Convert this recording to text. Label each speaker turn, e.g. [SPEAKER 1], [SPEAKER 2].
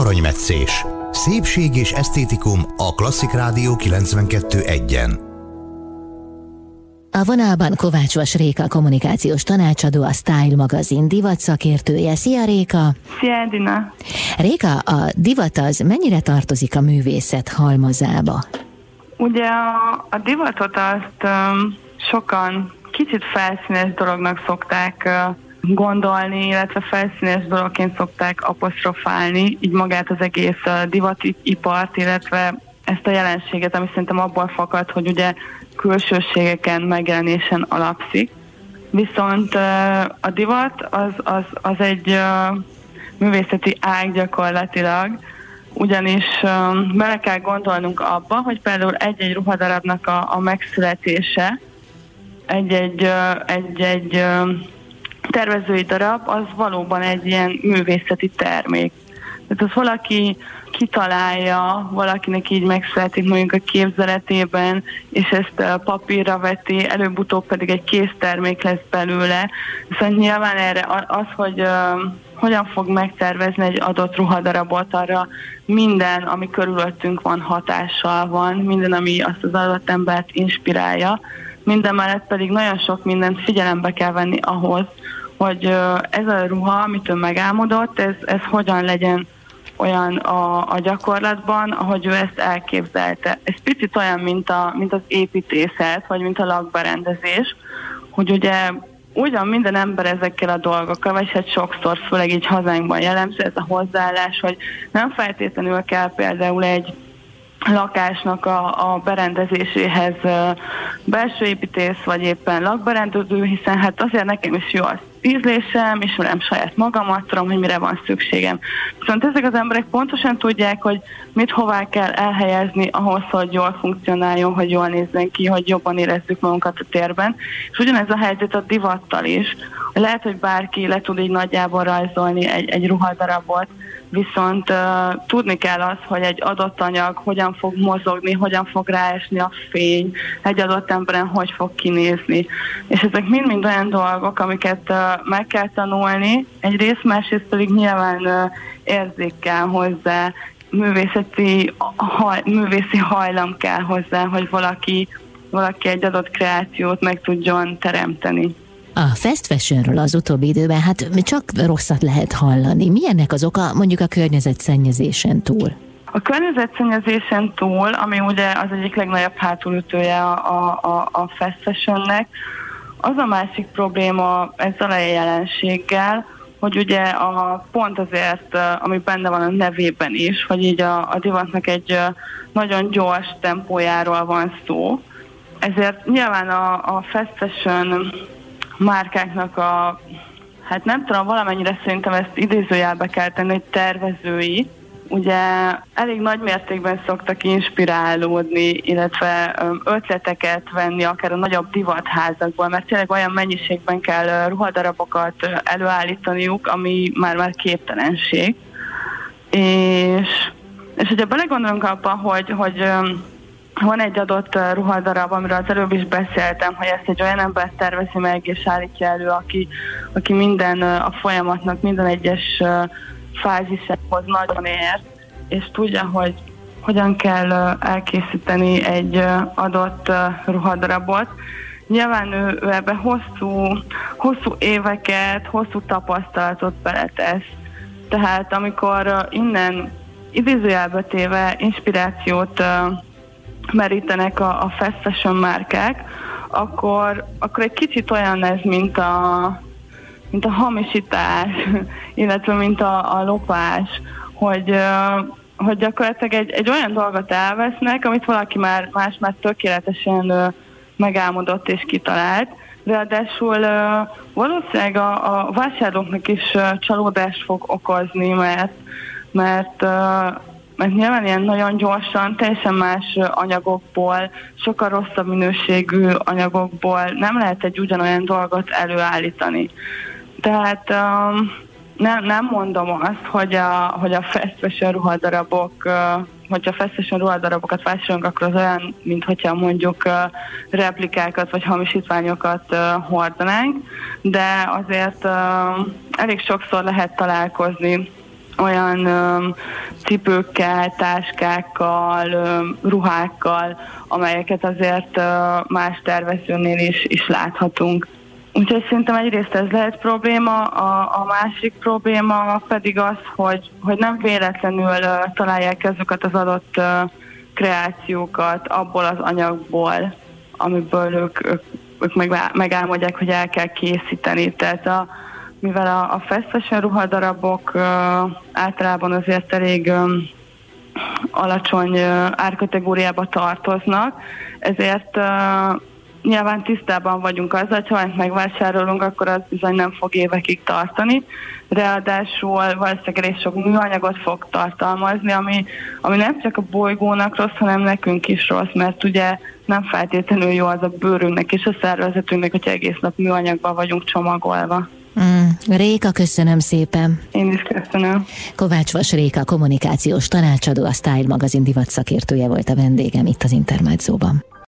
[SPEAKER 1] Aranymetszés. Szépség és esztétikum a Klasszik Rádió 92.1-en.
[SPEAKER 2] A vonalban Kovács Vas Réka, kommunikációs tanácsadó, a Style magazin divat szakértője. Szia Réka!
[SPEAKER 3] Szia Edina!
[SPEAKER 2] Réka, a divat az mennyire tartozik a művészet halmazába?
[SPEAKER 3] Ugye a divatot azt sokan kicsit felszínes dolognak szokták gondolni, illetve felszínes dologként szokták apostrofálni, így magát az egész divatipart, illetve ezt a jelenséget, ami szerintem abból fakad, hogy ugye külsőségeken, megjelenésen alapszik. Viszont a divat az egy művészeti ág gyakorlatilag, ugyanis bele kell gondolnunk abba, hogy például egy-egy ruhadarabnak a megszületése, egy-egy tervezői darab, az valóban egy ilyen művészeti termék. Tehát az valaki kitalálja, valakinek így megszületik mondjuk a képzeletében, és ezt papírra veti, előbb-utóbb pedig egy késztermék lesz belőle. Viszont nyilván erre az, hogy hogyan fog megtervezni egy adott ruhadarabot, arra minden, ami körülöttünk van, hatással van, minden, ami azt az adott embert inspirálja, minden mellett pedig nagyon sok mindent figyelembe kell venni ahhoz, hogy ez a ruha, amit ő megálmodott, ez hogyan legyen olyan a gyakorlatban, ahogy ő ezt elképzelte. Ez picit olyan, mint az építészet, vagy mint a lakberendezés, hogy ugye ugyan minden ember ezekkel a dolgokkal, vagy hát sokszor, főleg így hazánkban jellemző ez a hozzáállás, hogy nem feltétlenül kell például egy lakásnak a berendezéséhez belső építész, vagy éppen lakberendező, hiszen hát azért nekem is jó az ízlésem, ismerem saját magamat, tudom, hogy mire van szükségem. Viszont ezek az emberek pontosan tudják, hogy mit hová kell elhelyezni ahhoz, hogy jól funkcionáljon, hogy jól nézzen ki, hogy jobban érezzük magunkat a térben. És ugyanez a helyzet a divattal is. Lehet, hogy bárki le tud így nagyjából rajzolni egy ruhadarabot, viszont tudni kell az, hogy egy adott anyag hogyan fog mozogni, hogyan fog ráesni a fény, egy adott emberen hogy fog kinézni. És ezek mind-mind olyan dolgok, amiket meg kell tanulni, egyrészt, másrészt pedig nyilván érzék kell hozzá, művészi hajlam kell hozzá, hogy valaki egy adott kreációt meg tudjon teremteni.
[SPEAKER 2] A fast fashionről az utóbbi időben csak rosszat lehet hallani. Milyennek az oka mondjuk a környezetszennyezésen túl?
[SPEAKER 3] A környezetszennyezésen túl, ami ugye az egyik legnagyobb hátulütője a fast fashionnek, az a másik probléma ezzel a jelenséggel, hogy ugye pont azért, ami benne van a nevében is, hogy így a divatnak egy nagyon gyors tempójáról van szó. Ezért nyilván a fast fashion márkáknak hát nem tudom, valamennyire szerintem ezt idézőjelbe kell tenni, hogy tervezői, ugye elég nagy mértékben szoktak inspirálódni, illetve ötleteket venni akár a nagyobb divatházakból, mert tényleg olyan mennyiségben kell ruhadarabokat előállítaniuk, ami már képtelenség. És hogyha belegondolunk abba, hogy van egy adott ruhadarab, amiről az előbb is beszéltem, hogy ezt egy olyan ember tervezi meg és állítja elő, aki minden a folyamatnak, minden egyes fázisához nagyon ért, és tudja, hogy hogyan kell elkészíteni egy adott ruhadarabot. Nyilván ő ebbe hosszú éveket, hosszú tapasztalatot beletesz. Tehát amikor innen idézőjelbe téve inspirációt merítenek a fast fashion márkák, akkor egy kicsit olyan ez, mint a hamisítás, illetve mint a lopás, hogy gyakorlatilag egy olyan dolgot elvesznek, amit valaki más már tökéletesen megálmodott és kitalált. Ráadásul valószínűleg a vásárlóknak is csalódást fog okozni, mert nyilván ilyen nagyon gyorsan, teljesen más anyagokból, sokkal rosszabb minőségű anyagokból nem lehet egy ugyanolyan dolgot előállítani. Tehát nem mondom azt, hogy a fast fashion ruhadarabok, hogyha fast fashion ruhadarabokat vásárolunk, akkor az olyan, mint hogyha mondjuk replikákat vagy hamisítványokat hordanánk, de azért elég sokszor lehet találkozni olyan cipőkkel, táskákkal, ruhákkal, amelyeket azért más tervezőnél is láthatunk. Úgyhogy szerintem egyrészt ez lehet probléma, a másik probléma pedig az, hogy nem véletlenül találják azokat az adott kreációkat abból az anyagból, amiből ők megálmodják, hogy el kell készíteni. Tehát mivel a fast fashion ruhadarabok általában azért elég alacsony árkategóriába tartoznak, ezért nyilván tisztában vagyunk azzal, hogy ha megvásárolunk, akkor az bizony nem fog évekig tartani. Ráadásul valószínűleg elég sok műanyagot fog tartalmazni, ami nem csak a bolygónak rossz, hanem nekünk is rossz, mert ugye nem feltétlenül jó az a bőrünknek és a szervezetünknek, hogy egész nap műanyagban vagyunk csomagolva.
[SPEAKER 2] Réka, köszönöm szépen.
[SPEAKER 3] Én is köszönöm.
[SPEAKER 2] Kovács Vas Réka, kommunikációs tanácsadó, a Style magazin divat szakértője volt a vendégem itt az Intermedzóban.